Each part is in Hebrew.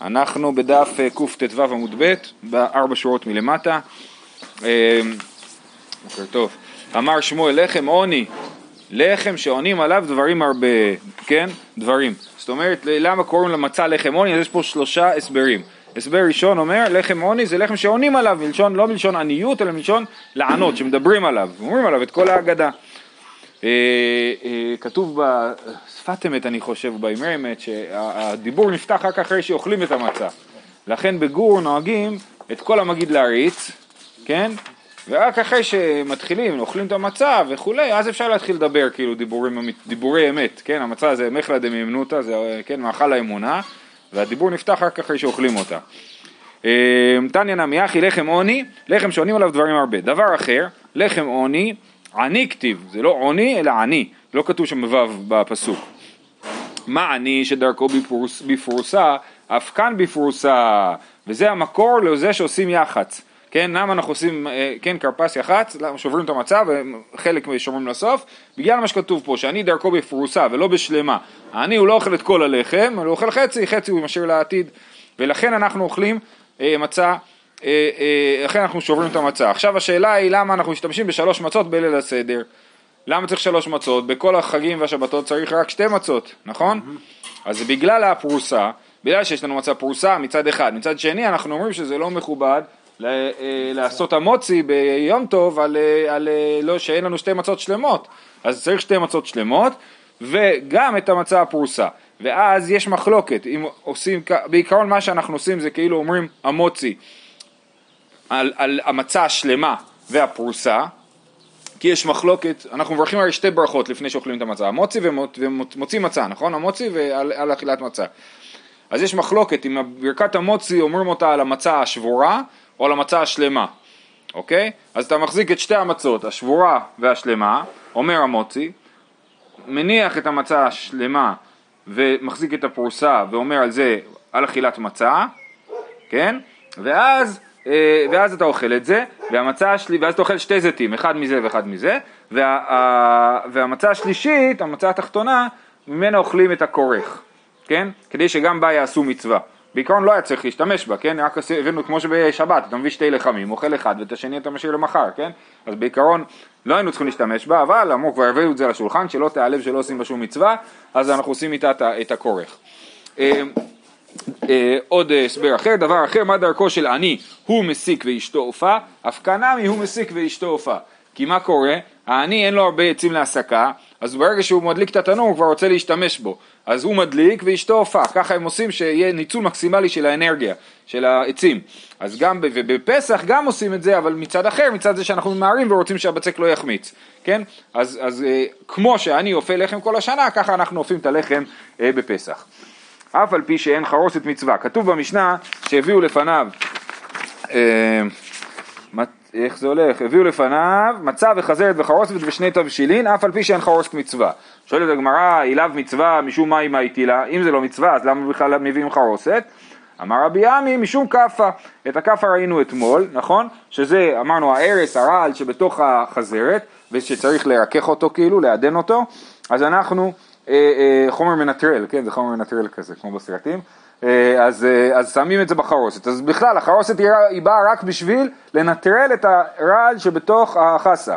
אנחנו בדף קט"ו עמוד ב' בארבע שורות מלמטה. בוקר טוב. אמר שמואל לחם עוני, לחם שעונים עליו דברים הרבה, כן? דברים. זאת אומרת, למה קוראים למצה לחם עוני? אז יש פה שלושה הסברים. הסבר ראשון אומר, לחם עוני זה לחם שעונים עליו, מלשון, לא מלשון עניות, אלא מלשון לענות, שמדברים עליו, אומרים עליו את כל ההגדה. כתוב בשפת אמת, אני חושב, באמרי אמת, שהדיבור נפתח רק אחרי שאוכלים את המצה. לכן בגור נוהגים את כל המגיד להריץ, כן? ורק אחרי שמתחילים, אוכלים את המצה וכולי, אז אפשר להתחיל לדבר כאילו דיבורי אמת, כן? המצה זה מחלה דמימנותא, זה כן, מאכל האמונה, והדיבור נפתח רק אחרי שאוכלים אותה. תניא נמי אחי לחם עוני, לחם שעונים עליו דברים הרבה. דבר אחר, לחם עוני, עני כתיב, זה לא עוני אלא עני, לא כתוב שם וו בפסוק. מה עני שדרכו בפרוסה, אף כאן בפרוסה, וזה המקור לזה שעושים יחץ. כן, למה אנחנו עושים, כן, קרפס יחץ, שוברים את המצה וחלק שומרים לסוף, בגלל מה שכתוב פה, שאני דרכו בפרוסה ולא בשלמה. העני הוא לא אוכל את כל הלחם, הוא אוכל חצי, חצי הוא משאיר לעתיד, ולכן אנחנו אוכלים מצה, לכן אנחנו שוברים את המצה. עכשיו השאלה היא למה אנחנו משתמשים בשלוש מצות בליל הסדר. למה צריך שלוש מצות? בכל החגים והשבתות צריך רק שתי מצות, נכון? אז בגלל הפרוסה, בגלל שיש לנו מצה פרוסה מצד אחד, מצד שני אנחנו אומרים שזה לא מכובד לעשות המוצי ביום טוב על לא שאין לנו שתי מצות שלמות, אז צריך שתי מצות שלמות וגם את המצה הפרוסה. ואז יש מחלוקת, אם עושים, בעיקרון מה שאנחנו עושים זה כאילו אומרים המוצי על המצה השלמה והפרוסה, כי יש מחלוקת, אנחנו מברכים הרי שתי ברכות לפני שאוכלים את המצה, המוצי ומוציא מצה, נכון? המוצי ועל אכילת מצה. אז יש מחלוקת, אם ברכת המוצי אומרים אותה על המצה השבורה או על המצה השלמה, אוקיי? אז אתה מחזיק את שתי המצות, השבורה והשלמה, אומר המוצי, מניח את המצה השלמה ומחזיק את הפרוסה ואומר על זה על אכילת מצה, כן? ואז אתה אוכל את זה, ואז אתה אוכל שתי זיתים, אחד מזה ואחד מזה, והמצה השלישית, המצה התחתונה, ממנה אוכלים את הכורך, כן? כדי שגם בה יעשו מצווה. בעיקרון לא היה צריך להשתמש בה, כן? רק הבאנו כמו שבשבת, אתה מביא שתי לחמים, אוכל אחד, ואת השני אתה משאיר למחר, כן? אז בעיקרון לא היינו צריכים להשתמש בה, אבל אמרו כבר הבאנו את זה לשולחן, שלא תעלב שלא עושים בה שום מצווה, אז אנחנו עושים איתה את הכורך. עוד הסבר אחר, דבר אחר, מה דרכו של עני? הוא מסיק ואשתו עופה, אף כנמי הוא מסיק ואשתו עופה. כי מה קורה? העני אין לו הרבה עצים להסקה, אז ברגע שהוא מדליק את התנור הוא כבר רוצה להשתמש בו, אז הוא מדליק ואשתו עופה. ככה הם עושים שיהיה ניצול מקסימלי של האנרגיה, של העצים. אז גם בפסח גם עושים את זה, אבל מצד אחר, מצד זה שאנחנו ממהרים ורוצים שהבצק לא יחמיץ, כן? אז כמו שאני אופה לחם כל השנה, ככה אנחנו אופים את הלחם בפסח. אף על פי שאין חרוסת מצווה. כתוב במשנה שהביאו לפניו, איך זה הולך? הביאו לפניו מצה וחזרת וחרוסת ושני תבשילין, אף על פי שאין חרוסת מצווה. שואלת הגמרא, אילב מצווה, משום מה היא הטילה? אם זה לא מצווה, אז למה בכלל מביאים חרוסת? אמר רבי עמי, משום כפה. את הכפה ראינו אתמול, נכון? שזה, אמרנו, הערס, הרעל שבתוך החזרת, ושצריך לרכך אותו כאילו, לעדן אותו, אז אנחנו חומר מנטרל, כן, זה חומר מנטרל כזה, כמו בסרטים, אז שמים את זה בחרוסת. אז בכלל, החרוסת היא באה רק בשביל לנטרל את הרעל שבתוך החסה.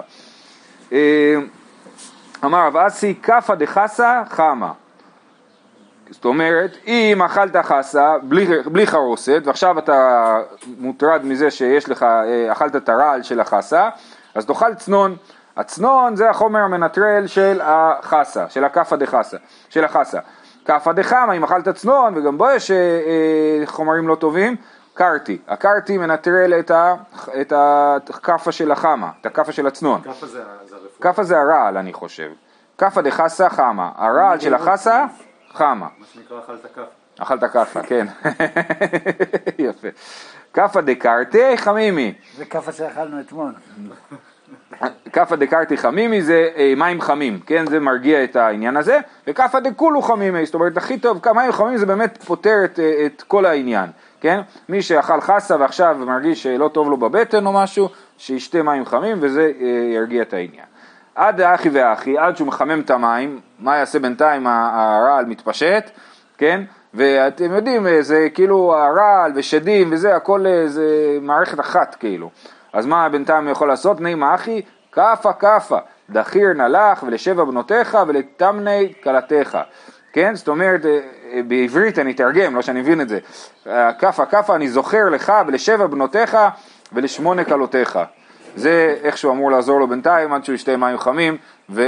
אמר רב אסי, כפה דחסה חמה. זאת אומרת, אם אכלת חסה בלי חרוסת, ועכשיו אתה מוטרד מזה שיש לך, אכלת את הרעל של החסה, אז תאכל צנון. הצנון זה החומר המנטרל של החסה, של הכפה דחסה, של החסה. כפה דחמה, אם אכלת צנון, וגם בו יש חומרים לא טובים, קרטי. הקרטי מנטרל את הכפה של החמה, את הכפה של הצנון. כפה זה הרעל, אני חושב. כפה דחסה חמה, הרעל של החסה חמה. מה שנקרא אכלת כפה. אכלת כפה, כן. יפה. כפה דקרטי חמימי. זה כפה שאכלנו אתמול. כפה דקרטי חמימי זה מים חמים, כן, זה מרגיע את העניין הזה, וכפה דקולו חמימי, זאת אומרת הכי טוב, מים חמים זה באמת פותר את כל העניין, כן, מי שאכל חסה ועכשיו מרגיש שלא טוב לו בבטן או משהו, שישתה מים חמים וזה ירגיע את העניין. עד האחי והאחי, עד שהוא מחמם את המים, מה יעשה בינתיים? הרעל מתפשט, כן, ואתם יודעים, זה כאילו הרעל ושדים וזה, הכל זה מערכת אחת כאילו. אז מה בינתיים יכול לעשות? נעימה אחי, כפה כפה, דחיר נלך ולשבע בנותיך ולתמני כלתך. כן? זאת אומרת, בעברית אני תרגם, לא שאני מבין את זה. כפה כפה אני זוכר לך ולשבע בנותיך ולשמונה כלותיך. זה איך שהוא אמור לעזור לו בינתיים עד שהוא ישתה מים חמים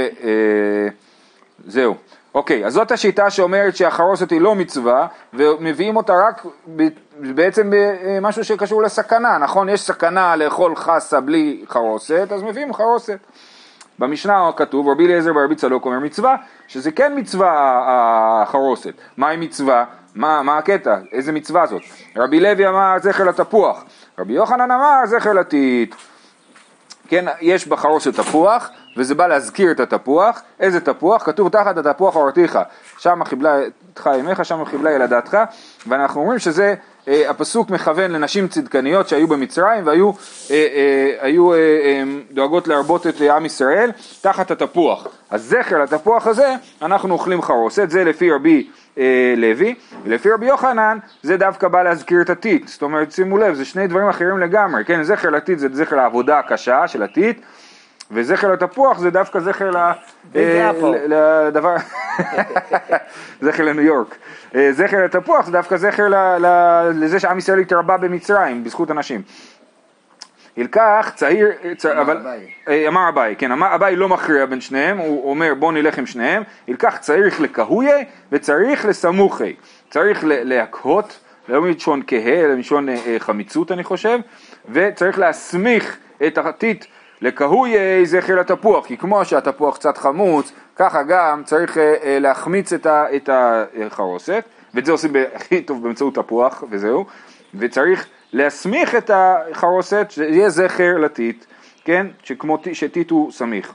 וזהו. אוקיי, אז זאת השיטה שאומרת שהחרוסת היא לא מצווה ומביאים אותה רק בעצם במשהו שקשור לסכנה, נכון? יש סכנה לאכול חסה בלי חרוסת, אז מביאים חרוסת. במשנה כתוב, רבי אליעזר ורבי צדוק אומר מצווה, שזה כן מצווה החרוסת. מהי מצווה? מה הקטע? איזה מצווה זאת? רבי לוי אמר זכר לתפוח, רבי יוחנן אמר זכר לטיט. כן, יש בחרוסת תפוח, וזה בא להזכיר את התפוח. איזה תפוח? כתוב תחת התפוח אורתיך, שם חיבלה אתך אמך, שם חיבלה ילדתך, ואנחנו אומרים שזה, הפסוק מכוון לנשים צדקניות שהיו במצרים, והיו דואגות להרבות את עם ישראל, תחת התפוח. אז זכר לתפוח הזה, אנחנו אוכלים חרוסת, זה לפי רבי לוי, ולפי רבי יוחנן, זה דווקא בא להזכיר את הטיט. זאת אומרת, שימו לב, זה שני דברים אחרים לגמרי, כן? זכר לטיט זה זכר לעבודה הקשה של הטיט, וזכר לתפוח זה דווקא זכר לדבר, זכר לניו יורק. זכר לתפוח זה דווקא זכר לזה שעם ישראל התרבה במצרים, בזכות אנשים. ילקח צעיר, אבל אמר אביי, כן, אביי לא מכריע בין שניהם, הוא אומר בוא נלך עם שניהם, ילקח צריך לקהויה וצריך לסמוכי, צריך להקהות, לא מלשון כהה, אלא מלשון חמיצות אני חושב, וצריך להסמיך את הטיט לקהויה זכר לתפוח, כי כמו שהתפוח קצת חמוץ, ככה גם צריך להחמיץ את החרוסת, ואת זה עושים הכי טוב באמצעות תפוח וזהו, וצריך להסמיך את החרוסת, שיהיה זכר לטיט, כן? שכמו שטיט הוא סמיך.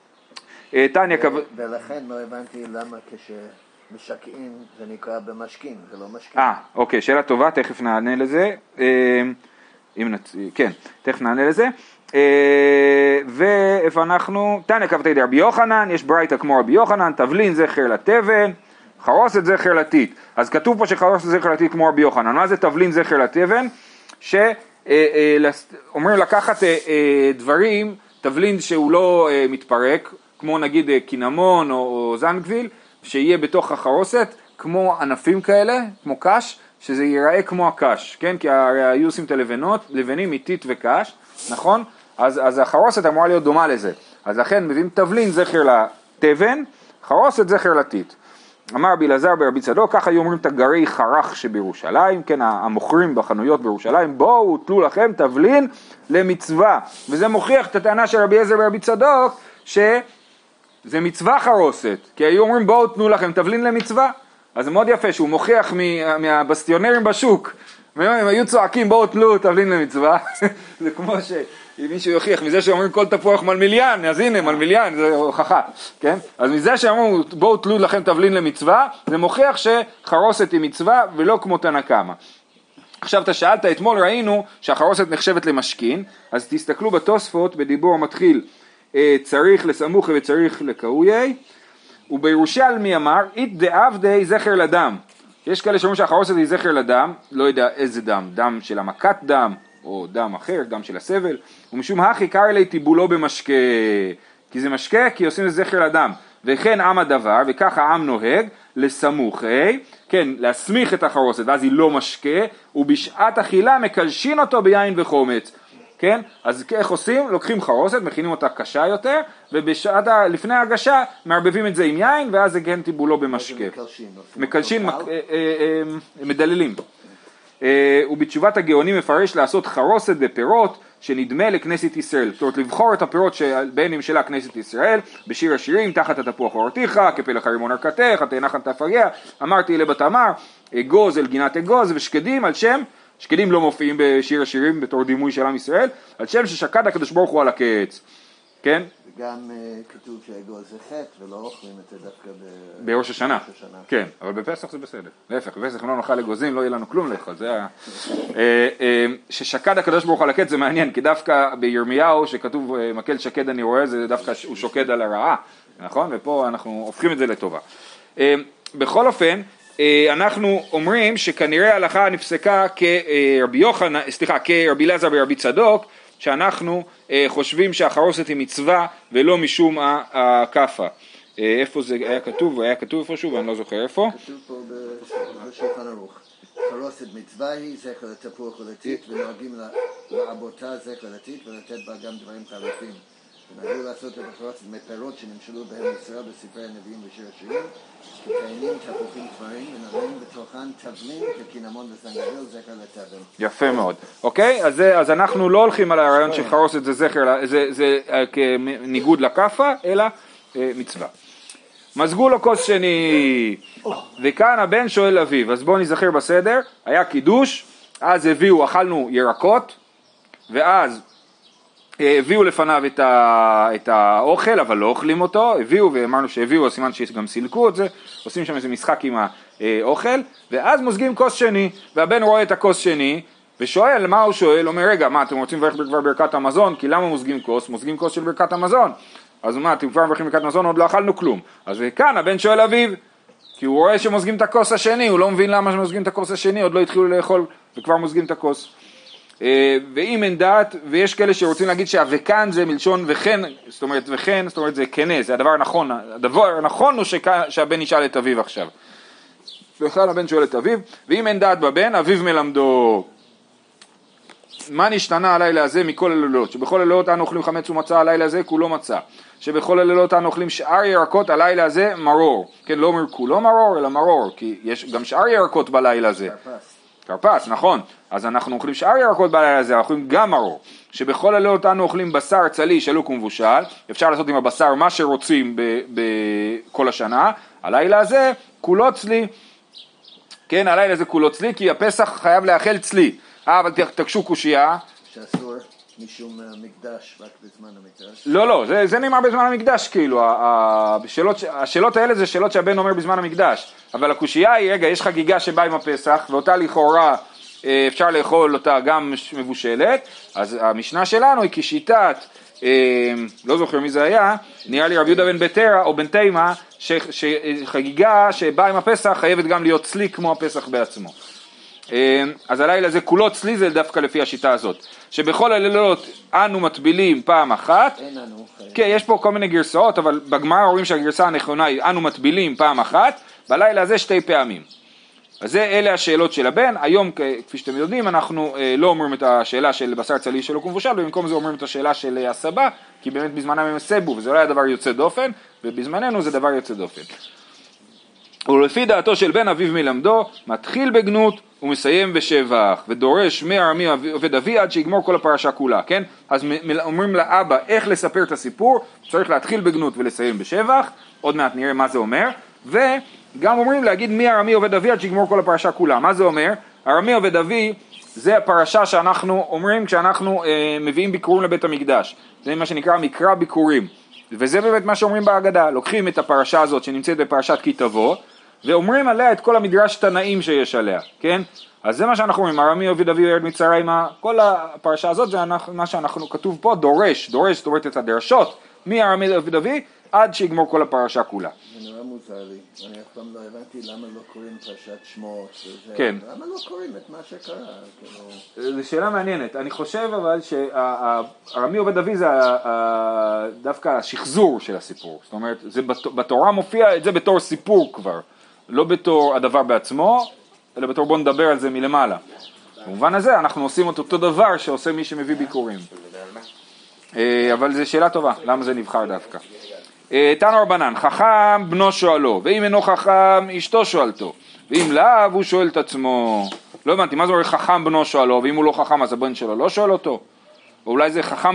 ולכן לא הבנתי למה כשמשקעים זה נקרא במשקין, זה לא משקין. אוקיי, שאלה טובה, תכף נענה לזה. כן, תכף נענה לזה. ואיפה אנחנו? תניא כבתי דרבי יוחנן, יש ברייתא כמו רבי יוחנן, תבלין זכר לתבן, חרוסת זכר לטיט. אז כתוב פה שחרוסת זכר לטיט כמו רבי יוחנן. מה זה תבלין זכר לתבן? שאומרים לקחת דברים, תבלין שהוא לא מתפרק, כמו נגיד קינמון או זנגוויל, שיהיה בתוך החרוסת, כמו ענפים כאלה, כמו קש, שזה ייראה כמו הקש, כן? כי היו עושים את הלבנים מטיט וקש, נכון? אז החרוסת אמורה להיות דומה לזה. אז לכן מביאים תבלין זכר לתבן, חרוסת זכר לטיט. אמר רבי אלעזר ברבי צדוק, ככה היו אומרים תגרי חרך שבירושלים, כן, המוכרים בחנויות בירושלים, בואו תלו לכם תבלין למצווה. וזה מוכיח את הטענה של רבי אלעזר ברבי צדוק, שזה מצווה חרוסת, כי היו אומרים בואו תנו לכם תבלין למצווה. אז זה מאוד יפה שהוא מוכיח מהבסטיונרים בשוק, הם היו צועקים בואו תלו תבלין למצווה, זה כמו מישהו יוכיח מזה שאומרים כל תפוח מלמיליאן, אז הנה מלמיליאן, זה הוכחה, כן? אז מזה שאומרים בואו תלו לכם תבלין למצווה, זה מוכיח שחרוסת היא מצווה ולא כמו תנא קמא. עכשיו אתה שאלת, אתמול ראינו שהחרוסת נחשבת למשכין, אז תסתכלו בתוספות בדיבור מתחיל, צריך לסמוכי וצריך לקהויה, ובירושלמי אמר, אית דעבדי זכר לדם. יש כאלה שאומרים שהחרוסת היא זכר לדם, לא יודע איזה דם, דם של המכת דם, או דם אחר, דם של הסבל, ומשום הכי קרא לי טיבולו במשקה, כי זה משקה, כי עושים את זכר לדם, וכן עם הדבר, וככה עם נוהג, לסמוכי, כן, להסמיך את החרוסת, ואז היא לא משקה, ובשעת אכילה מקלשין אותו ביין וחומץ, כן, אז איך עושים? לוקחים חרוסת, מכינים אותה קשה יותר, ובשעת, לפני ההגשה, מערבבים את זה עם יין, ואז זה כן טיבולו במשקה. מקלשין, מדללים. ובתשובת הגאונים מפרש לעשות חרוסת בפירות שנדמה לכנסת ישראל, זאת אומרת לבחור את הפירות שבהן נמשלה כנסת ישראל, בשיר השירים, תחת התפוח אורתיך, כפלח הרימון ארכתך, התאנחת תפגע, אמרתי לבתמר, אגוז אל גינת אגוז, ושקדים על שם, שקדים לא מופיעים בשיר השירים בתור דימוי של עם ישראל, על שם ששקד הקדוש ברוך הוא על הקץ, כן? גם כתוב שאגוז זה חטא ולא אוכלים את זה דווקא בראש השנה. כן, אבל בפסח זה בסדר. להפך, בפסח לא נאכל אגוזים, לא יהיה לנו כלום לאכול. ששקד הקדוש ברוך הוא על הקץ זה מעניין, כי דווקא בירמיהו שכתוב מקל שקד אני רואה, זה דווקא הוא שוקד על הרעה, נכון? ופה אנחנו הופכים את זה לטובה. בכל אופן, אנחנו אומרים שכנראה ההלכה נפסקה כרבי אלעזר ורבי צדוק, שאנחנו חושבים שהחרוסת היא מצווה ולא משום הכפה. איפה זה היה כתוב? היה כתוב איפשהו ואני לא זוכר איפה. כתוב פה בשולחן ערוך. חרוסת מצווה היא זכר לתפוח ולטיט, ונוהגים לעבותה זכר לטיט ולתת בה גם דברים חריפים. ונהגו לעשות את החרוסת מפירות שנמשלו בהם ישראל בספרי הנביאים ושיר השירים, כתאנים, תפוחים תמרים, ונעלים בתוכן תבלין, כקינמון וסנגריל, זכר לתבל. יפה מאוד. אוקיי? אז אנחנו לא הולכים על הרעיון שחרוסת זה זכר, זה כניגוד לכפה, אלא מצווה. מזגו לו כוס שני, וכאן הבן שואל אביו, אז בואו נזכר בסדר, היה קידוש, אז הביאו, אכלנו ירקות, ואז הביאו לפניו את האוכל, אבל לא אוכלים אותו, הביאו ואמרנו שהביאו, סימן שגם סילקו את זה, עושים שם איזה משחק עם האוכל, ואז מוזגים כוס שני, והבן רואה את הכוס שני, ושואל, מה הוא שואל? אומר, רגע, מה, אתם רוצים לברך כבר ברכת המזון? כי למה מוזגים כוס? מוזגים כוס של ברכת המזון. אז מה, אתם כבר מברכים ברכת מזון, עוד לא אכלנו כלום. אז כאן הבן שואל אביו, כי הוא רואה שמוזגים את הכוס השני, הוא לא מבין למה שמוזגים את הכוס השני, עוד לא התחילו לאכול וכבר מוזגים את הכוס. ואם אין דעת, ויש כאלה שרוצים להגיד שהווכן זה מלשון וכן, זאת אומרת זה כנה, זה הדבר הנכון, הדבר הנכון הוא שהבן ישאל את אביו עכשיו. וכאן הבן שואל את אביו, ואם אין דעת בבן, אביו מלמדו. מה נשתנה הלילה הזה מכל הלילות? שבכל הלילות אנו אוכלים חמץ ומצה, הלילה הזה כולו מצה. שבכל הלילות אנו אוכלים שאר ירקות, הלילה הזה מרור. כן, לא אומר כולו מרור, אלא מרור, כי יש גם שאר ירקות בלילה הזה. כרפס, נכון. אז אנחנו אוכלים שאר ירקות בלילה הזה, אנחנו אוכלים גם מרור. שבכל הלילות אנו אוכלים בשר צלי, שלוק ומבושל. אפשר לעשות עם הבשר מה שרוצים בכל השנה. הלילה הזה כולו צלי. כן, הלילה הזה כולו צלי, כי הפסח חייב לאכל צלי. אבל תקשו קושייה. שאסור משום מקדש, רק בזמן המקדש. לא, זה נאמר בזמן המקדש, כאילו, השאלות האלה זה שאלות שהבן אומר בזמן המקדש, אבל הקושייה היא, רגע, יש חגיגה שבאה עם הפסח, ואותה לכאורה אפשר לאכול אותה גם מבושלת, אז המשנה שלנו היא כשיטת, לא זוכר מי זה היה, נראה לי רבי יהודה בן בתרא או בן תימא, שחגיגה שבאה עם הפסח חייבת גם להיות צלי כמו הפסח בעצמו. אז הלילה זה כולו צלי, זה דווקא לפי השיטה הזאת, שבכל הלילות אנו מטבילים פעם אחת. אין אנו. כן, יש פה כל מיני גרסאות, אבל בגמרא רואים שהגרסה הנכונה היא אנו מטבילים פעם אחת, בלילה זה 2 פעמים. אז אלה השאלות של הבן. היום, כפי שאתם יודעים, אנחנו לא אומרים את השאלה של בשר צלי שלו כמבושל, ובמקום זה אומרים את השאלה של הסבא, כי באמת בזמנם הם סבו, וזה לא היה דבר יוצא דופן, ובזמננו זה דבר יוצא דופן. ולפי דעתו של בן אביו מלמדו, מתחיל בגנות ומסיים בשבח, ודורש מארמי עובד אבי עד שיגמור כל הפרשה כולה, כן? אז אומרים לאבא איך לספר את הסיפור, צריך להתחיל בגנות ולסיים בשבח, עוד מעט נראה מה זה אומר, וגם אומרים להגיד מי ארמי עובד אבי עד שיגמור כל הפרשה כולה. מה זה אומר? ארמי עובד אבי זה הפרשה שאנחנו אומרים כשאנחנו מביאים ביקורים לבית המקדש, זה מה שנקרא מקרא ביקורים, וזה באמת מה שאומרים בהגדה, לוקחים את הפרשה הזאת שנמצאת בפרשת כי תבוא, ואומרים עליה את כל המדרש תנאים שיש עליה, כן? אז זה מה שאנחנו אומרים, ארמי עובד אבי ירד מצרים, כל הפרשה הזאת זה מה שאנחנו כתוב פה, דורש, זאת אומרת את הדרשות, מארמי עובד אבי עד שיגמור כל הפרשה כולה. זה נורא מוזר לי, אני אף פעם לא הבנתי למה לא קוראים פרשת שמות, כן. למה לא קוראים את מה שקרה? זו שאלה מעניינת, אני חושב אבל שארמי עובד אבי זה דווקא השחזור של הסיפור, זאת אומרת, בתורה מופיע את זה בתור סיפור כבר, לא בתור הדבר בעצמו, אלא בתור בוא נדבר על זה מלמעלה. במובן הזה אנחנו עושים את אותו דבר שעושה מי שמביא ביקורים. אבל זו שאלה טובה, למה זה נבחר דווקא? תנו רבנן, חכם בנו שואלו, ואם אינו חכם אשתו שואלתו, ואם לאו הוא שואל את עצמו. לא הבנתי, מה זה אומר חכם בנו שואלו, ואם הוא לא חכם אז הבן שלו לא שואל אותו? או אולי זה חכם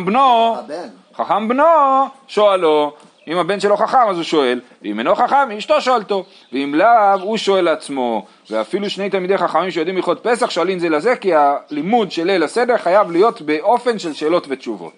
בנו שואלו, אם הבן שלו חכם אז הוא שואל, ואם אינו חכם אשתו שואלתו, ואם לאו הוא שואל לעצמו. ואפילו 2 תלמידי חכמים שיודעים הלכות פסח שואלים זה לזה, כי הלימוד של ליל הסדר חייב להיות באופן של שאלות ותשובות.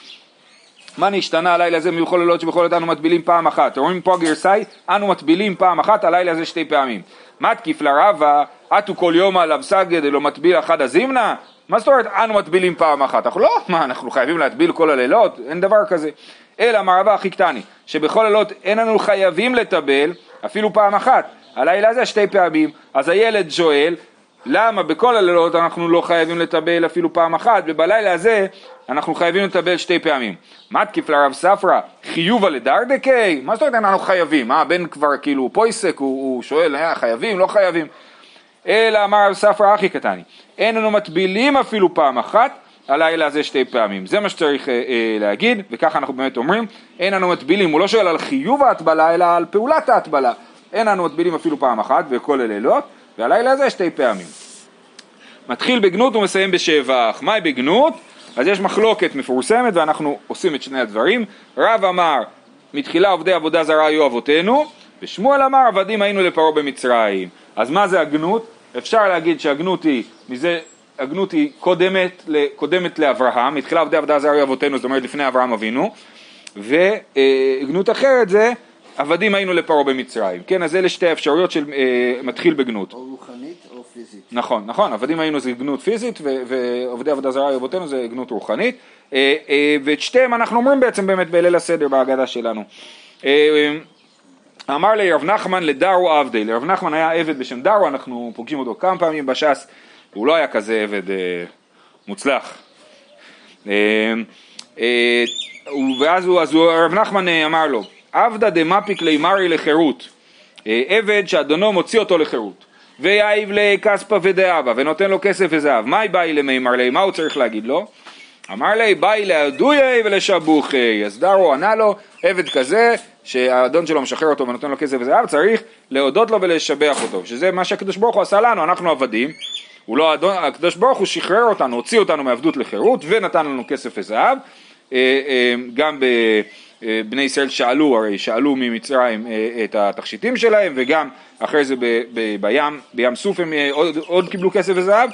מה נשתנה הלילה הזה מבכל לילות שבכל עת אנו מטבילים פעם אחת? אתם רואים פה הגרסאי, אנו מטבילים פעם אחת, הלילה הזה 2 פעמים. מתקיף לרבה, אתו כל יום עליו סגד אלו מטביל אחד הזימנה? מה זאת אומרת אנו מטבילים פעם אחת? אנחנו חייבים להטביל כל הלילות? אין דבר כזה. אלא מערבה הכי קטני, שבכל לילות אין לנו חייבים לטבל אפילו פעם אחת, הלילה הזה 2 פעמים. אז הילד שואל, למה בכל הלילות אנחנו לא חייבים לטבל אפילו פעם אחת, ובלילה הזה אנחנו חייבים לטבל 2 פעמים. מתקיף לרב ספרא, חיובה לדרדקי? מה זאת אומרת אנחנו חייבים? הבן כבר כאילו פויסק, הוא שואל, חייבים, לא חייבים? אלא אמר רב ספרא אחי קטני, אין לנו מטבילים אפילו פעם אחת, הלילה הזה 2 פעמים. זה מה שצריך להגיד, וככה אנחנו באמת אומרים, אין לנו מטבילים, הוא לא שואל על חיוב ההטבלה, אלא על פעולת ההטבלה. אין לנו מטבילים אפילו פעם אחת בכל הלילות, והלילה הזה 2 פעמים. מתחיל בגנות ומסיים בשבח. מהי בגנות? אז יש מחלוקת מפורסמת ואנחנו עושים את שני הדברים. רב אמר, מתחילה עובדי עבודה זרה היו אבותינו, ושמואל אמר, עבדים היינו לפרעה במצרים. אז מה זה הגנות? אפשר להגיד שהגנות היא קודמת לאברהם, מתחילה עובדי עבודה זרה היו אבותינו, זאת אומרת לפני אברהם אבינו, וגנות אחרת זה, עבדים היינו לפרעה במצרים. כן, אז אלה 2 אפשרויות של מתחיל בגנות. או רוחנית או פיזית. נכון, עבדים היינו זה גנות פיזית, ועובדי עבודה זרה היו אבותינו זה גנות רוחנית, ואת 2 אנחנו אומרים בעצם באמת בליל הסדר בהגדה שלנו. אמר לי רב נחמן לדרו עבדי, לרב נחמן היה עבד בשם דרו, אנחנו פוגשים אותו כמה פעמים בש"ס, הוא לא היה כזה עבד מוצלח. ואז רב נחמן אמר לו, עבדה דמפיק לימרי לחירות, עבד שאדונו מוציא אותו לחירות, ויעיב לכספה ודאבה, ונותן לו כסף וזהב, מה באי למימר לי, מה הוא צריך להגיד לו? אמר לי, באי לעדויי ולשבוכי, אז דרו ענה לו, עבד כזה, שהאדון שלו משחרר אותו ונותן לו כסף וזהב, צריך להודות לו ולשבח אותו, שזה מה שהקדוש ברוך הוא עשה לנו, אנחנו עבדים, הקדוש ברוך הוא שחרר אותנו, הוציא אותנו מעבדות לחירות, ונתן לנו כסף וזהב, גם בני ישראל שאלו ממצרים את התכשיטים שלהם, וגם אחרי זה בים סוף הם עוד קיבלו כסף וזהב,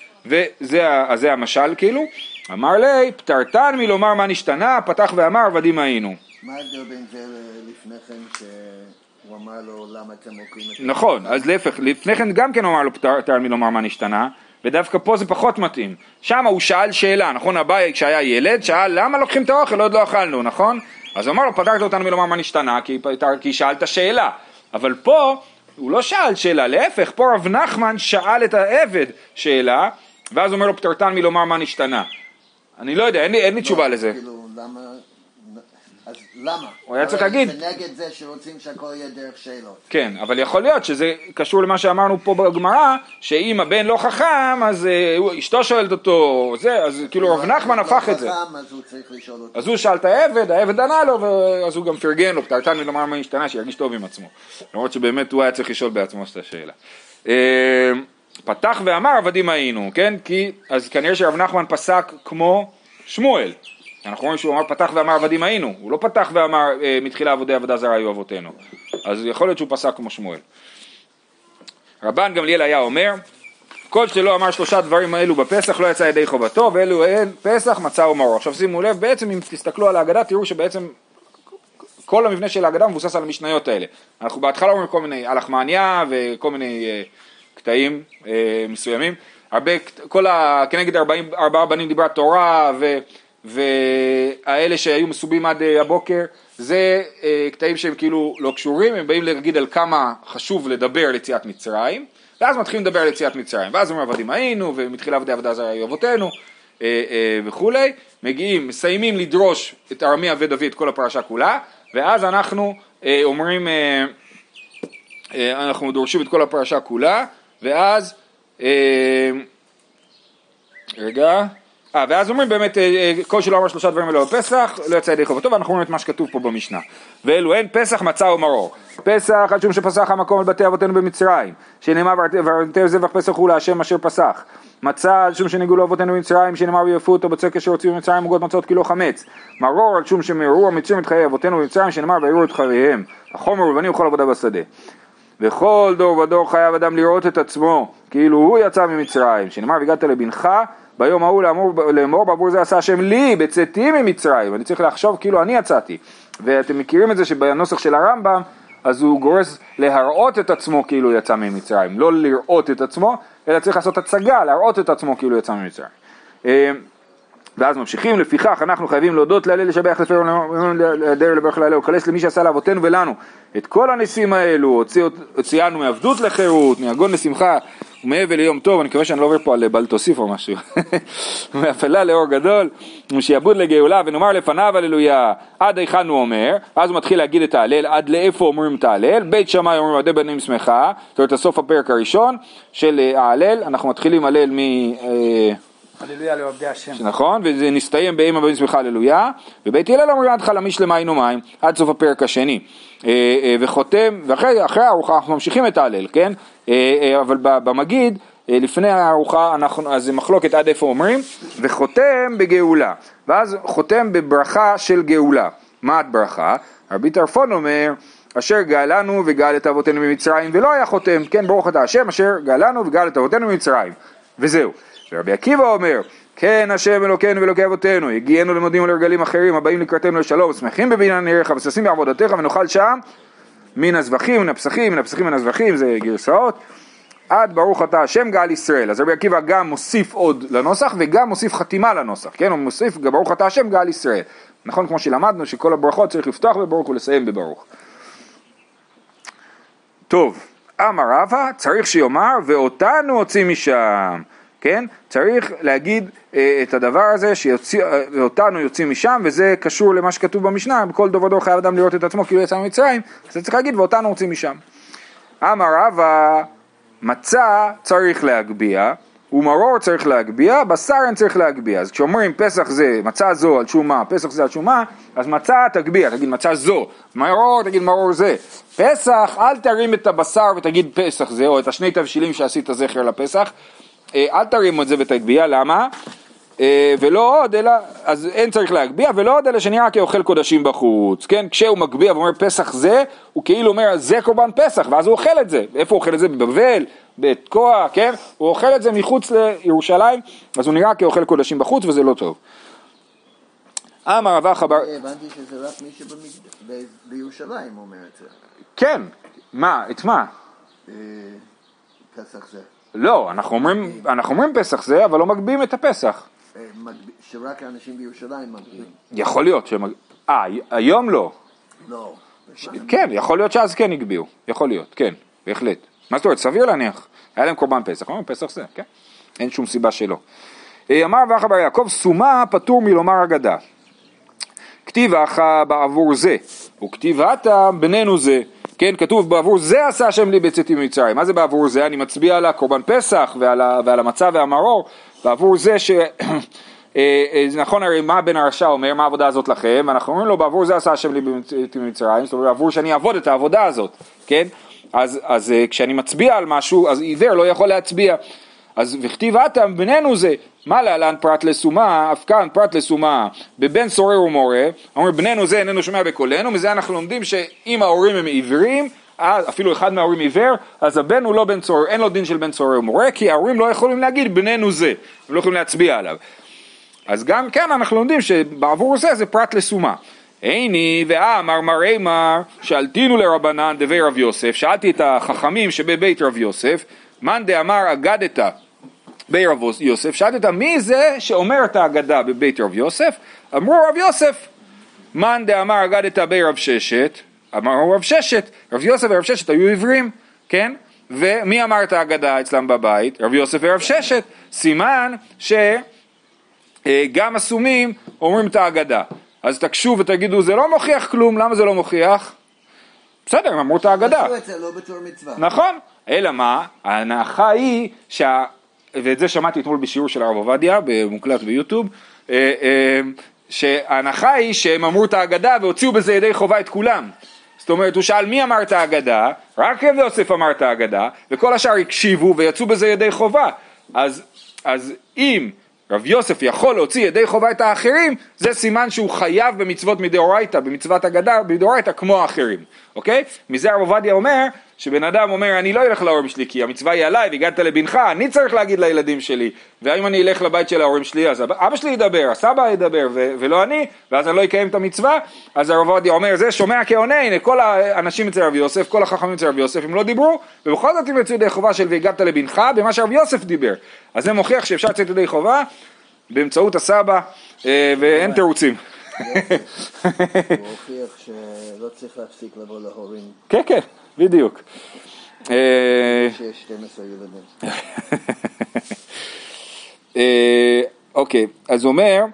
וזה המשל כאילו. אמר לי, פטרתן מלומר מה נשתנה, פתח ואמר עבדים היינו. מה ההבדל בין זה לפני כן שהוא אמר לו למה אתם מוכרים את זה? נכון, אז להפך, לפני כן גם כן הוא אמר לו פטרתן מלומר מה נשתנה, ודווקא פה זה פחות מתאים. שם הוא שאל שאלה, נכון? אביי כשהיה ילד שאל למה לוקחים את האוכל, עוד לא אכלנו, נכון? אז הוא אמר לו פטרת אותנו מלומר מה נשתנה, כי שאלת שאלה. אבל פה הוא לא שאל שאלה, להפך, פה רב נחמן שאל את העבד שאלה, ואז הוא אומר לו פטרתן מלומר מה נשתנה. אני לא יודע, אין לי תשובה לזה. כאילו, למה? אז למה? הוא היה צריך להגיד. זה נגד זה שרוצים שהכל יהיה דרך שאלות. כן, אבל יכול להיות שזה קשור למה שאמרנו פה בגמרא, שאם הבן לא חכם, אז אשתו שואלת אותו, אז כאילו רב נחמן הפך את זה. אז הוא צריך לשאול אותו. אז הוא שאל את העבד ענה לו, ואז הוא גם פרגן לו, פטרתן מלומר מה נשתנה, שירגיש טוב עם עצמו. למרות שבאמת הוא היה צריך לשאול בעצמו את השאלה. פתח ואמר עבדים היינו, כן? אז כנראה שרב נחמן פסק כמו שמואל. אנחנו רואים שהוא אמר פתח ואמר עבדים היינו, הוא לא פתח ואמר מתחילה עבודי עבודה זרה היו אבותינו. אז יכול להיות שהוא פסק כמו שמואל. רבן גמליאל היה אומר, כל שלא אמר 3 דברים האלו בפסח לא יצא ידי חובתו, ואלו אין פסח מצה ומרור. עכשיו שימו לב, בעצם אם תסתכלו על ההגדה תראו שבעצם כל המבנה של ההגדה מבוסס על המשניות האלה. אנחנו בהתחלה אומרים כל מיני הלחמניה וכל מיני קטעים מסוימים. כנגד 4 בנים דיברה תורה והאלה שהיו מסובים עד הבוקר, זה קטעים שהם כאילו לא קשורים, הם באים להגיד על כמה חשוב לדבר על יציאת מצרים, ואז מתחילים לדבר על יציאת מצרים, ואז אומרים עבדים היינו, ומתחילה עבדי עבודה זרה היו אבותינו, וכולי, מסיימים לדרוש את ארמיה ודוד, את כל הפרשה כולה, ואז אנחנו אומרים, אנחנו דורשים את כל הפרשה כולה, ואז, ואז אומרים באמת, כל שלא אמר 3 דברים אלו בפסח, לא יצא ידי חובתו, ואנחנו אומרים את מה שכתוב פה במשנה. ואלו אין פסח מצה ומרור. פסח על שום שפסח המקום על בתי אבותינו במצרים, שנאמר ורנתהו זבח פסח הוא להשם אשר פסח. מצה על שום שנגאו לאבותינו במצרים, שנאמר ויפו אותו בצק אשר הוציאו במצרים עוגות מצות כי לא חמץ. מרור על שום שמררו המצרים את חיי אבותינו במצרים, שנאמר ויראו את חייהם. החומר ולבנים וכל עבודה בשדה. וכל דור ודור חייב אדם לראות את עצמו, כאילו הוא יצא ממצרים, שנאמר והגעת לבנך, ביום ההוא לאמור בעבור זה עשה השם לי, בצאתי ממצרים, אני צריך לחשוב כאילו אני יצאתי, ואתם מכירים את זה שבנוסח של הרמב"ם, אז הוא גורס להראות את עצמו כאילו יצא ממצרים, לא לראות את עצמו, אלא צריך לעשות הצגה, להראות את עצמו כאילו יצא ממצרים. ואז ממשיכים, לפיכך אנחנו חייבים להודות להלל, לשבח, לפאר, להדר, לברך, להלל, ולקלס למי שעשה לאבותינו ולנו את כל הניסים האלו, הוציאנו מעבדות לחירות, מעגון לשמחה ומהבל ליום טוב. אני מקווה שאני לא עובר פה על בל תוסיף או משהו. מאפלה לאור גדול, ושיעבוד לגאולה, ונאמר לפניו הללויה, עד היכן הוא אומר, אז הוא מתחיל להגיד את ההלל, עד לאיפה אומרים את ההלל, בית שמאי אומרים עדי בנים שמחה, זאת אומרת הסוף הפרק הראשון של ההלל, אנחנו מתחילים הלל הללויה לעובדי השם. נכון, וזה נסתיים באמא בנים שמחה הללויה, ובית הלל אומרים עד חלמי שלמה היינו מים, עד סוף הפרק השני, וחותם, ואחרי הארוחה אנחנו ממשיכים את ההלל, כן? אבל במגיד, לפני הארוחה, אז זה מחלוקת עד איפה אומרים, וחותם בגאולה, ואז חותם בברכה של גאולה. מה את ברכה? רבי טרפון אומר, אשר גאלנו וגאל את אבותינו ממצרים, ולא היה חותם, כן, ברוך אתה השם, אשר גאלנו וגאל את אבותינו ממצרים, וזהו. ורבי עקיבא אומר, כן השם אלוקינו ואלוקי אבותינו, הגיענו למודים ולרגלים אחרים, הבאים לקראתנו לשלום, שמחים בבניין עירך, וששים בעבודתך, ונאכל שם מן הזבחים, מן הפסחים, מן הפסחים, מן הזבחים, זה גרסאות, עד ברוך אתה השם גאל ישראל. אז רבי עקיבא גם מוסיף עוד לנוסח, וגם מוסיף חתימה לנוסח, כן, הוא מוסיף ברוך אתה השם גאל ישראל. נכון, כמו שלמדנו, שכל הברכות צריך לפתוח בברוך ולסיים בברוך. טוב, אמר רבא, צריך שיאמר, ואותנו הוציא משם. כן? צריך להגיד את הדבר הזה שאותנו יוצאים משם, וזה קשור למה שכתוב במשנה, בכל דור ודור חייב אדם לראות את עצמו כאילו יצא ממצרים, אז צריך להגיד ואותנו יוצאים משם. אמר רבא, מצה צריך להגביה, ומרור צריך להגביה, בשר אין צריך להגביה. אז כשאומרים פסח זה, מצה זו על שום מה, פסח זה על שום מה, אז מצה תגביה, תגיד מצה זו, מרור תגיד מרור זה. פסח, אל תרים את הבשר ותגיד פסח זה, או את השני תבשילים שעשית זכר לפסח, אל תרימו את זה ותגביה, למה? ולא עוד, אלא, אז אין צריך להגביה, ולא עוד אלא שנראה כאוכל קודשים בחוץ, כן? כשהוא מגביה ואומר פסח זה, הוא כאילו אומר זה קורבן פסח, ואז הוא אוכל את זה. איפה הוא אוכל את זה? בבבל, בתקוע, כן? הוא אוכל את זה מחוץ לירושלים, אז הוא נראה כאוכל קודשים בחוץ, וזה לא טוב. אמר רבא חבר... הבנתי שזה רק מי שבירושלים אומר את זה. כן, מה? את מה? פסח זה. לא, אנחנו אומרים פסח זה, אבל לא מגביהים את הפסח. שרק האנשים בירושלים מגביהים. יכול להיות היום לא. לא. כן, יכול להיות שאז כן יגביהו. יכול להיות, כן, בהחלט. מה זאת אומרת? סביר להניח. היה להם קורבן פסח, אומרים פסח זה, כן? אין שום סיבה שלא. אמר ואחא בר יעקב, סומה פטור מלומר אגדה. כתיב אחא בעבור זה, וכתיב עתה בנינו זה. כן, כתוב בעבור זה עשה השם לי בצאתי ממצרים. מה זה בעבור זה? אני מצביע על הקורבן פסח ועל המצה והמרור. בעבור זה נכון, הרי מה בן הרשע אומר, מה העבודה הזאת לכם? אנחנו אומרים לו, בעבור זה עשה השם לי בצאתי ממצרים. זאת אומרת, בעבור שאני אעבוד את העבודה הזאת. כן? אז כשאני מצביע על משהו, אז עיוור לא יכול להצביע. אז וכתיב עתה בינינו זה, מה להלן פרט לסומה, אף כאן פרט לסומה, בבן סורר ומורה, אומר בינינו זה איננו שומע בקולנו, מזה אנחנו לומדים שאם ההורים הם עיוורים, אפילו אחד מההורים עיוור, אז הבן הוא לא בן סורר, אין לו דין של בן סורר ומורה, כי ההורים לא יכולים להגיד בינינו זה, הם לא יכולים להצביע עליו. אז גם כאן אנחנו לומדים שבעבור זה פרט לסומה. איני ואמר מראי מר, שאלתינו לרבנן דבי רב יוסף, שאלתי את החכמים שבבית רב יוסף, מאן דאמר אגדת בי רב יוסף, שאלתי אותם מי זה שאומר את האגדה בבית רב יוסף? אמרו רב יוסף. מאן דאמר אגדת בי רב ששת, אמרו רב ששת. רב יוסף ורב ששת היו עיוורים, כן? ומי אמר את האגדה אצלם בבית? רב יוסף ורב ששת. סימן שגם הסומים אומרים את האגדה. אז תקשו ותגידו זה לא מוכיח כלום. למה זה לא מוכיח? בסדר, הם אמרו את האגדה. לא בתור מצווה. נכון. אלא מה? ההנחה היא ואת זה שמעתי אתמול בשיעור של הרב עובדיה, במוקלט ביוטיוב, שההנחה היא שהם אמרו את האגדה והוציאו בזה ידי חובה את כולם. זאת אומרת, הוא שאל מי אמר את האגדה, רק רב יוסף אמר את האגדה, וכל השאר הקשיבו ויצאו בזה ידי חובה. אז אם רב יוסף יכול להוציא ידי חובה את האחרים, זה סימן שהוא חייב במצוות מדאורייתא, במצוות אגדה מדאורייתא כמו האחרים. אוקיי? מזה הרב עובדיה אומר, שבן אדם אומר, אני לא אלך להורים שלי, כי המצווה היא עליי, והגעת לבנך, אני צריך להגיד לילדים שלי, ואם אני אלך לבית של ההורים שלי, אז אבא שלי ידבר, הסבא ידבר, ולא אני, ואז אני לא אקיים את המצווה, אז הרב עובדיה אומר, זה שומע כעונה, הנה, כל האנשים אצל רב יוסף, כל החכמים אצל רב יוסף, הם לא דיברו, ובכל זאת הם יצאו ידי חובה של והגעת לבנך, במה שרב יוסף דיבר. אז זה מוכיח שאפשר לצאת ידי חובה, באמצעות הסבא, ואין תירוצים. הוא הוכיח שלא צריך להפסיק לבוא להורים. כן, כן, בדיוק. שיש 12 ילדים. אוקיי, אז הוא אומר,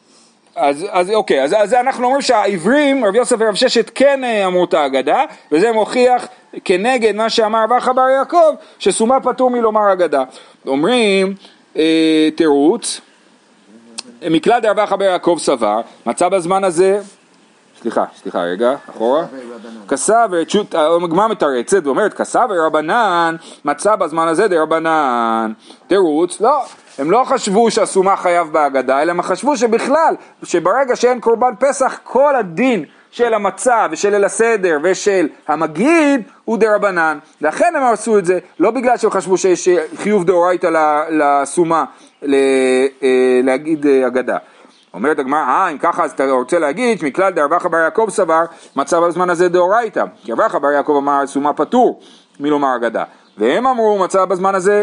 אז אנחנו אומרים שהעברים, רב יוסף ורב ששת כן אמרו את ההגדה, וזה מוכיח כנגד מה שאמר רב אחא בר יעקב, שסומה פטור מלומר הגדה. אומרים תירוץ, מכלל דרב אחא בר יעקב סבר, מצא בזמן הזה, סליחה רגע, אחורה, כסבר, הגמרא מתרצת ואומרת, כסבר רבנן, מצא בזמן הזה דרבנן, תירוץ, לא, הם לא חשבו שהסומה חייב בהגדה, אלא הם חשבו שבכלל, שברגע שאין קורבן פסח, כל הדין של המצה ושל ליל הסדר ושל המגיד הוא דרבנן, לכן הם עשו את זה, לא בגלל שהם חשבו שיש חיוב דאורייתא לסומה להגיד הגדה. אומרת הגמרא, אם ככה אז אתה רוצה להגיד שמכלל דרב אחא בר יעקב סבר, מצא בזמן הזה דאורייתא, כי רב אחא בר יעקב אמר סומה פטור מלומר הגדה, והם אמרו מצא בזמן הזה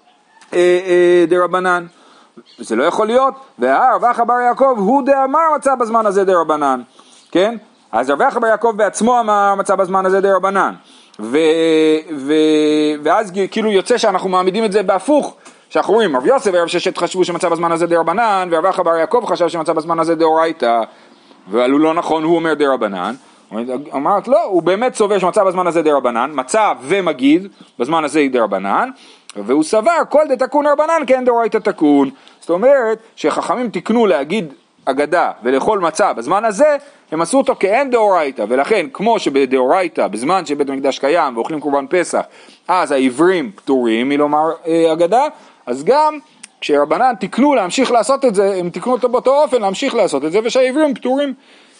דרבנן, זה לא יכול להיות, והרב אחא בר יעקב הוא דאמר מצא בזמן הזה דרבנן, כן? אז רב אחא בר יעקב בעצמו אמר מצא בזמן הזה דרבנן, ואז כאילו יוצא שאנחנו מעמידים את זה בהפוך, שאנחנו רואים, רב יוסף ורב ששת חשבו שמצא בזמן הזה דרבנן, ורב אחא בר יעקב חשב שמצא בזמן הזה דאורייתא, אבל הוא לא נכון, הוא אומר דרבנן. אמרת לא, הוא באמת סובר שמצא בזמן הזה דרבנן, מצא ומגיד בזמן הזה דרבנן, והוא סבר כל דתקון רבנן כן דאורייתא תקון. זאת אומרת שחכמים תקנו להגיד אגדה ולאכול מצה בזמן הזה, הם עשו אותו כאין דאורייתא, ולכן כמו שבדאורייתא בזמן שבית המקדש קיים ואוכלים קורבן פסח, אז העברים פטורים מלומר אגדה, אז גם כשרבנן תקנו להמשיך לעשות את זה, הם תקנו אותו באותו אופן להמשיך לעשות את זה, ושהעברים פטורים.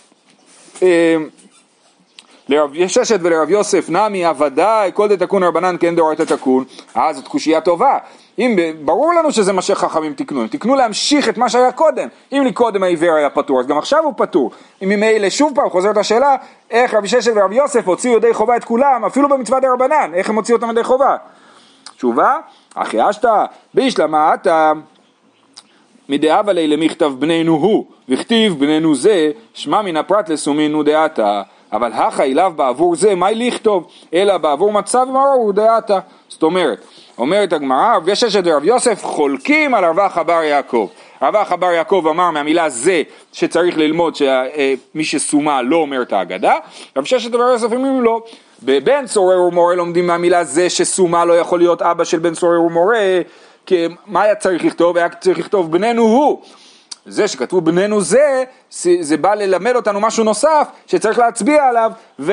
לרב ששת ולרב יוסף נמי ודאי כל דתקון רבנן כן דאורייתא תקון, אז זאת קושיה טובה. אם ברור לנו שזה מה שחכמים תקנו, הם תקנו להמשיך את מה שהיה קודם. אם לי קודם העיוור היה פטור, אז גם עכשיו הוא פטור. אם ממילא שוב פעם חוזרת השאלה, איך רב ששת ורב יוסף הוציאו ידי חובה את כולם, אפילו במצווה דרבנן, איך הם הוציאו אותם ידי חובה? תשובה, אחי אשתא בישלמה עתה מדאבה ליה למכתב בנינו הוא, וכתיב בנינו זה, שמע מן הפרט לסומינו דעתה, אבל הכא אליו בעבור זה, מה לכתוב? אלא בעבור מצה ומרור הוא דעתה. זאת אומרת, אומרת הגמרא, רב ששת ורב יוסף חולקים על רב אחא בר יעקב. רב אחא בר יעקב אמר מהמילה זה שצריך ללמוד שמי שסומה לא אומר את ההגדה, רב ששת ורב יוסף אומרים לא. בבן סורר ומורה לומדים מהמילה זה שסומה לא יכול להיות אבא של בן סורר ומורה, כי מה היה צריך לכתוב? היה צריך לכתוב בנינו הוא. זה שכתבו בנינו זה בא ללמד אותנו משהו נוסף שצריך להצביע עליו,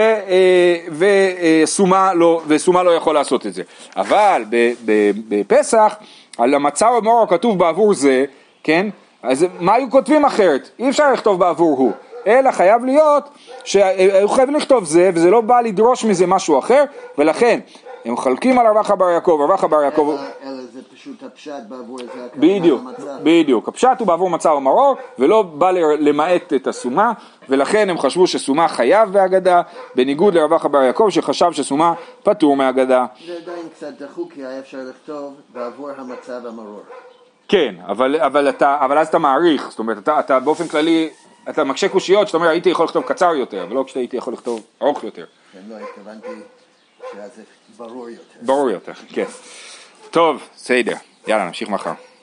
וסומה לא יכול לעשות את זה. אבל בפסח על המצה ומרור כתוב בעבור זה, כן? אז מה היו כותבים אחרת? אי אפשר לכתוב בעבור הוא, אלא חייב להיות שהיו חייבים לכתוב זה, וזה לא בא לדרוש מזה משהו אחר, ולכן הם חלקים על רב אחא בר יעקב, רב אחא בר יעקב... אלא זה פשוט הפשט בעבור איזה... בדיוק, הפשט הוא בעבור מצה ומרור, ולא בא למעט את הסומה, ולכן הם חשבו שסומה חייב בהגדה, בניגוד לרב אחא בר יעקב שחשב שסומה פטור מהגדה. זה עדיין קצת דחוק, כי היה אפשר לכתוב בעבור המצה והמרור. כן, אבל אז אתה מעריך, זאת אומרת, אתה באופן כללי, אתה מקשה קושיות, שאתה אומר, הייתי יכול לכתוב קצר יותר, ולא כשהייתי יכול לכתוב ארוך יותר. כן, לא, התכוונתי שזה ברור יותר. ברור יותר, כן. טוב, סיידר. יאללה, נמשיך מחר.